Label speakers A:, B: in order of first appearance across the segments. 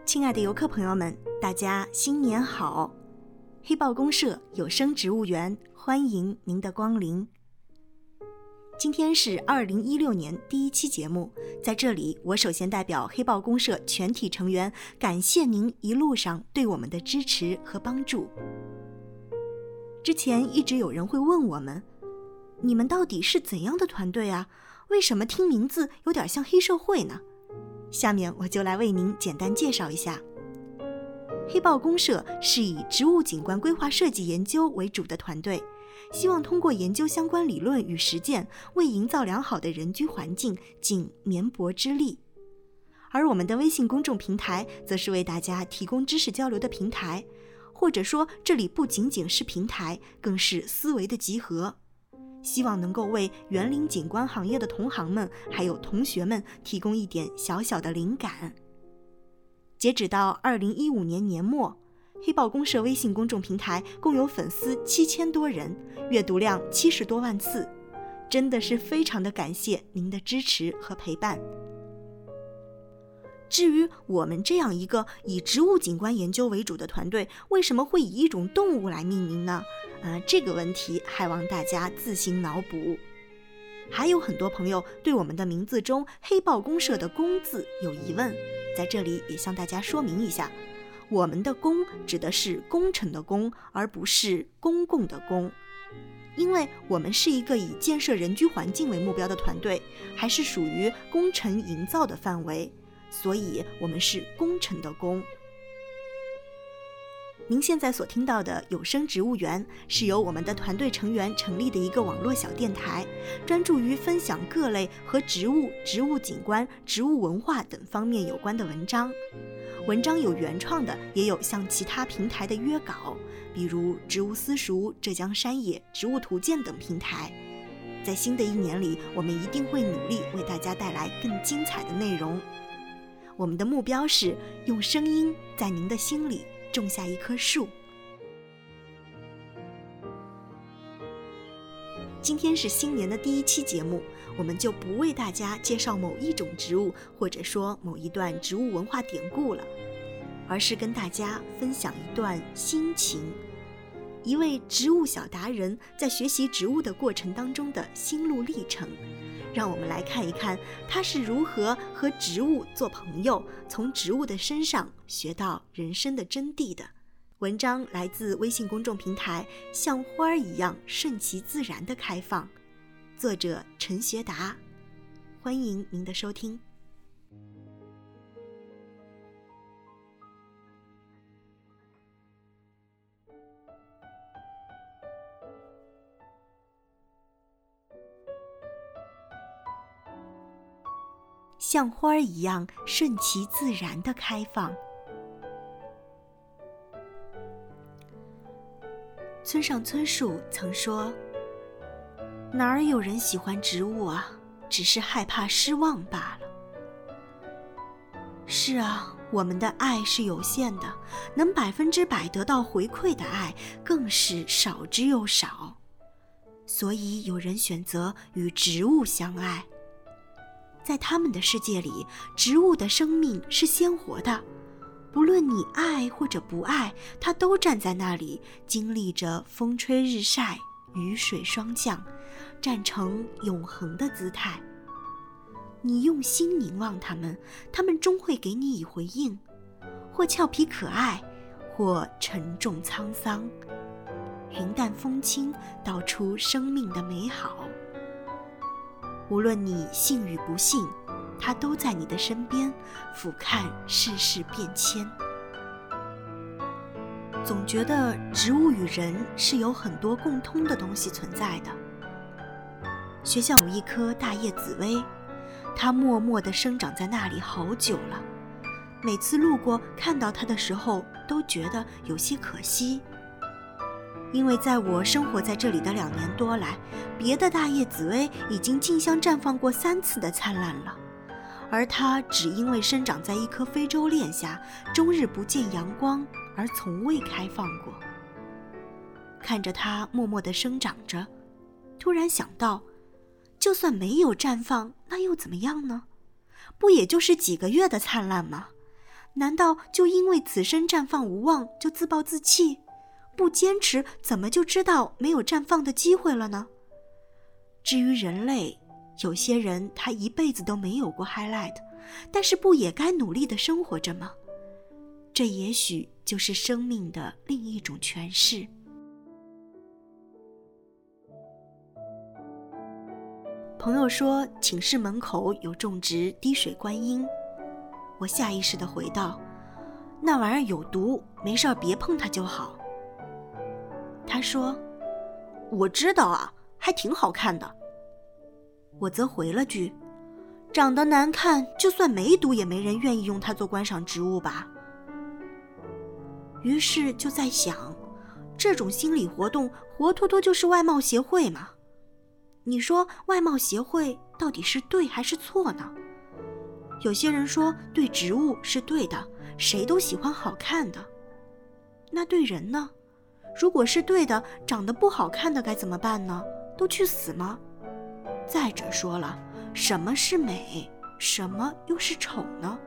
A: 亲爱的游客朋友们，大家新年好！黑豹公社有声植物园欢迎您的光临。今天是2016年第一期节目，在这里我首先代表黑豹公社全体成员感谢您一路上对我们的支持和帮助。之前一直有人会问我们，你们到底是怎样的团队啊？为什么听名字有点像黑社会呢？下面我就来为您简单介绍一下。黑豹公社是以植物景观规划设计研究为主的团队，希望通过研究相关理论与实践，为营造良好的人居环境尽绵薄之力。而我们的微信公众平台则是为大家提供知识交流的平台，或者说这里不仅仅是平台，更是思维的集合，希望能够为园林景观行业的同行们还有同学们提供一点小小的灵感。截止到2015年年末，黑豹公社微信公众平台共有粉丝7000多人，阅读量70多万次，真的是非常的感谢您的支持和陪伴。至于我们这样一个以植物景观研究为主的团队，为什么会以一种动物来命名呢？这个问题还望大家自行脑补。还有很多朋友对我们的名字中黑豹公社的公字有疑问，在这里也向大家说明一下，我们的公指的是工程的工，而不是公共的公。因为我们是一个以建设人居环境为目标的团队，还是属于工程营造的范围，所以我们是工程的工。您现在所听到的有声植物园是由我们的团队成员成立的一个网络小电台，专注于分享各类和植物、植物景观、植物文化等方面有关的文章。文章有原创的，也有向其他平台的约稿，比如植物私塾、浙江山野、植物图鉴等平台。在新的一年里，我们一定会努力为大家带来更精彩的内容。我们的目标是用声音在您的心里种下一棵树。今天是新年的第一期节目，我们就不为大家介绍某一种植物，或者说某一段植物文化典故了，而是跟大家分享一段心情，一位植物小达人在学习植物的过程当中的心路历程。让我们来看一看他是如何和植物做朋友，从植物的身上学到人生的真谛的。文章来自微信公众平台像花儿一样顺其自然的开放，作者陈学达，欢迎您的收听。像花儿一样顺其自然的开放。村上春树曾说，哪儿有人喜欢植物啊，只是害怕失望罢了。是啊，我们的爱是有限的，能100%得到回馈的爱更是少之又少，所以有人选择与植物相爱。在他们的世界里，植物的生命是鲜活的，不论你爱或者不爱，它都站在那里，经历着风吹日晒、雨水霜降，站成永恒的姿态。你用心凝望它们，它们终会给你以回应，或俏皮可爱，或沉重沧桑，云淡风轻，道出生命的美好。无论你信与不信，它都在你的身边，俯瞰世事变迁。总觉得植物与人是有很多共通的东西存在的。学校有一棵大叶紫薇，它默默地生长在那里好久了，每次路过看到它的时候，都觉得有些可惜。因为在我生活在这里的2年多来，别的大叶紫薇已经竞相绽放过3次的灿烂了，而它只因为生长在一棵非洲链下，终日不见阳光，而从未开放过。看着它默默地生长着，突然想到，就算没有绽放，那又怎么样呢？不也就是几个月的灿烂吗？ 难道就因为此生绽放无望就自暴自弃？不坚持怎么就知道没有绽放的机会了呢？至于人类，有些人他一辈子都没有过 highlight， 但是不也该努力地生活着吗？这也许就是生命的另一种诠释。朋友说寝室门口有种植滴水观音，我下意识地回道，那玩意儿有毒，没事别碰它就好。他说，我知道啊，还挺好看的。我则回了句，长得难看，就算没毒也没人愿意用它做观赏植物吧。于是就在想，这种心理活动活脱脱就是外貌协会嘛。你说外貌协会到底是对还是错呢？有些人说对植物是对的，谁都喜欢好看的。那对人呢？如果是对的，长得不好看的该怎么办呢？都去死吗？再者说了，什么是美，什么又是丑呢？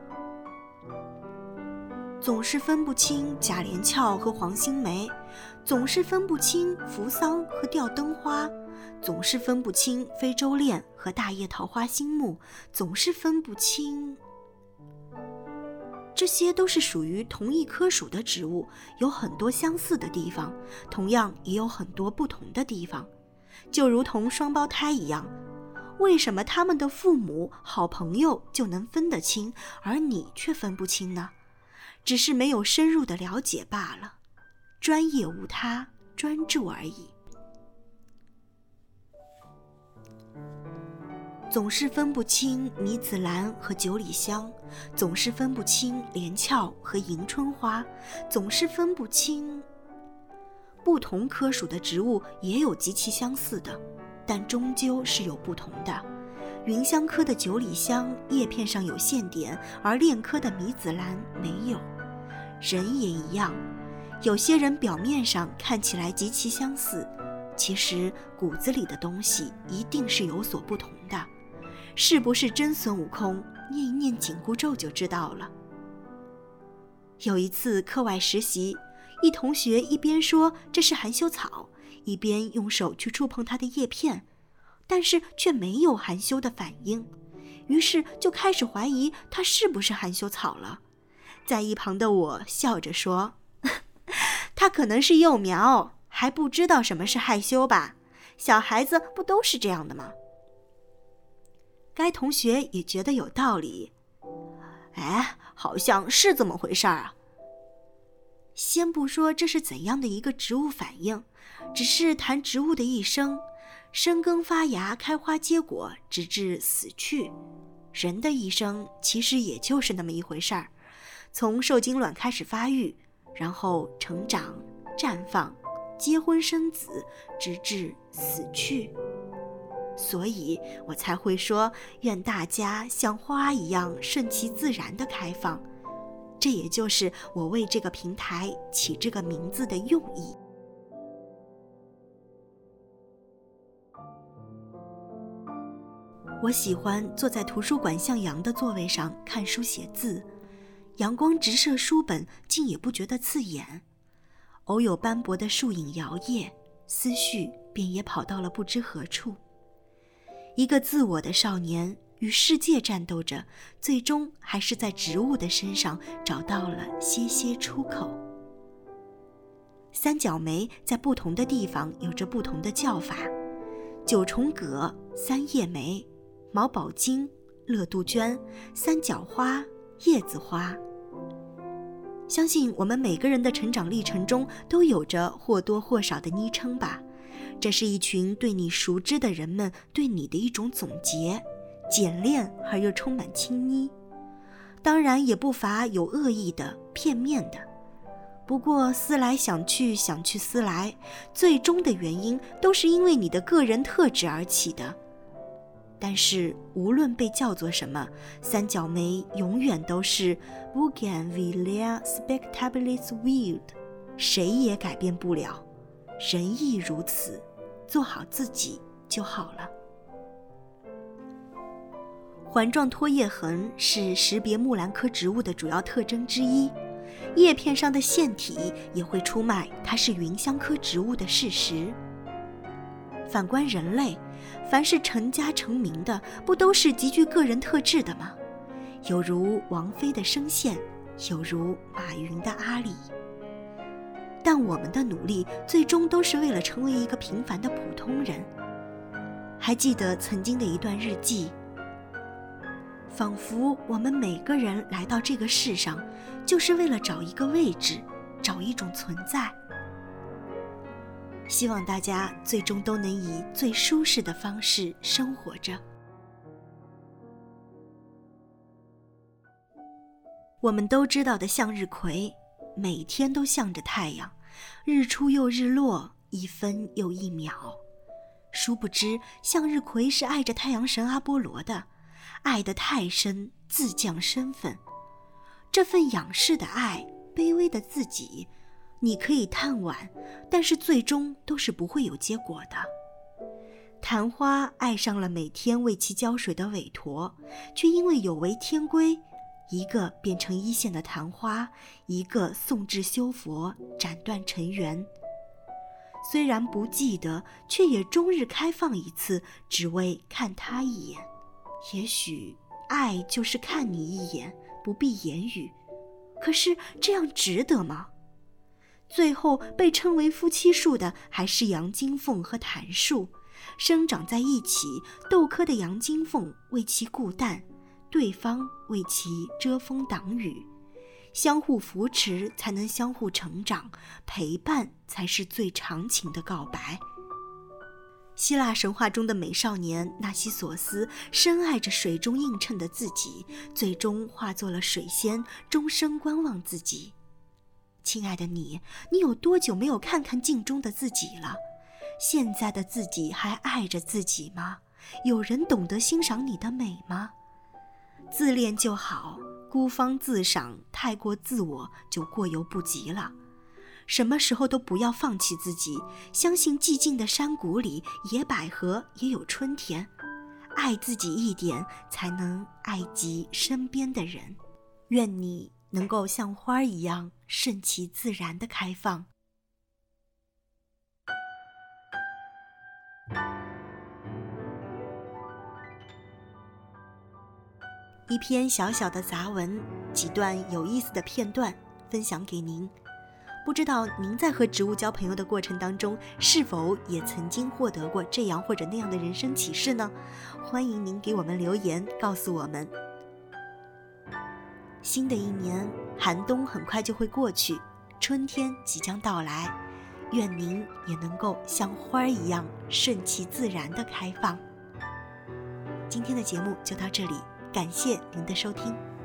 A: 总是分不清贾琏翘和黄心梅，总是分不清扶桑和吊灯花，总是分不清非洲恋和大叶桃花心木，总是分不清。这些都是属于同一科属的植物，有很多相似的地方，同样也有很多不同的地方。就如同双胞胎一样，为什么他们的父母、好朋友就能分得清，而你却分不清呢？只是没有深入的了解罢了，专业无他，专注而已。总是分不清米紫兰和九里香，总是分不清连翘和迎春花，总是分不清。不同科属的植物也有极其相似的，但终究是有不同的。芸香科的九里香叶片上有线点，而恋科的米紫兰没有。人也一样，有些人表面上看起来极其相似，其实骨子里的东西一定是有所不同的。是不是真孙悟空，念一念紧箍咒就知道了。有一次课外实习，一同学一边说这是含羞草，一边用手去触碰它的叶片，但是却没有含羞的反应，于是就开始怀疑它是不是含羞草了。在一旁的我笑着说，它可能是幼苗，还不知道什么是害羞吧，小孩子不都是这样的吗？该同学也觉得有道理，哎，好像是这么回事啊。先不说这是怎样的一个植物反应，只是谈植物的一生，生根发芽开花结果，直至死去。人的一生其实也就是那么一回事儿，从受精卵开始发育，然后成长、绽放、结婚生子，直至死去。所以我才会说，愿大家像花一样顺其自然地开放，这也就是我为这个平台起这个名字的用意。我喜欢坐在图书馆向阳的座位上看书写字，阳光直射书本，竟也不觉得刺眼。偶有斑驳的树影摇曳，思绪便也跑到了不知何处。一个自我的少年与世界战斗着，最终还是在植物的身上找到了些出口。三角梅在不同的地方有着不同的叫法，九重葛、三叶梅、毛宝金、乐杜鹃、三角花、叶子花。相信我们每个人的成长历程中都有着或多或少的昵称吧，这是一群对你熟知的人们对你的一种总结，简练而又充满亲昵。当然也不乏有恶意的、片面的，不过思来想去，想去思来，最终的原因都是因为你的个人特质而起的。但是无论被叫做什么，三角梅永远都是 Bougainvillea spectabilis wild， 谁也改变不了。人亦如此，做好自己就好了。 环状拖叶痕是识别木兰科植物的主要特征之一，叶片上的腺体也会出卖它是芸香科植物的事实。反观人类，凡是成家成名的，不都是极具个人特质的吗？有如王菲的声线，有如马云的阿里。但我们的努力最终都是为了成为一个平凡的普通人。还记得曾经的一段日记，仿佛我们每个人来到这个世上，就是为了找一个位置，找一种存在。希望大家最终都能以最舒适的方式生活着。我们都知道的向日葵，每天都向着太阳，日出又日落，一分又一秒。殊不知，向日葵是爱着太阳神阿波罗的，爱得太深，自降身份。这份仰视的爱，卑微的自己，你可以探掋，但是最终都是不会有结果的。昙花爱上了每天为其浇水的韦陀，却因为有违天规，一个变成一线的昙花，一个送至修佛，斩断尘缘。虽然不记得，却也终日开放一次，只为看他一眼。也许爱就是看你一眼，不必言语。可是这样值得吗？最后被称为夫妻树的还是洋金凤和檀树，生长在一起，豆科的洋金凤为其固氮，对方为其遮风挡雨。相互扶持才能相互成长，陪伴才是最长情的告白。希腊神话中的美少年纳西索斯深爱着水中映衬的自己，最终化作了水仙，终生观望自己。亲爱的你有多久没有看看镜中的自己了？现在的自己还爱着自己吗？有人懂得欣赏你的美吗？自恋就好，孤芳自赏，太过自我就过犹不及了。什么时候都不要放弃自己，相信寂静的山谷里，野百合也有春天。爱自己一点，才能爱及身边的人。愿你能够像花一样顺其自然地开放。一篇小小的杂文，几段有意思的片段分享给您。不知道您在和植物交朋友的过程当中，是否也曾经获得过这样或者那样的人生启示呢？欢迎您给我们留言告诉我们。新的一年，寒冬很快就会过去，春天即将到来，愿您也能够像花一样顺其自然地开放。今天的节目就到这里，感谢您的收听。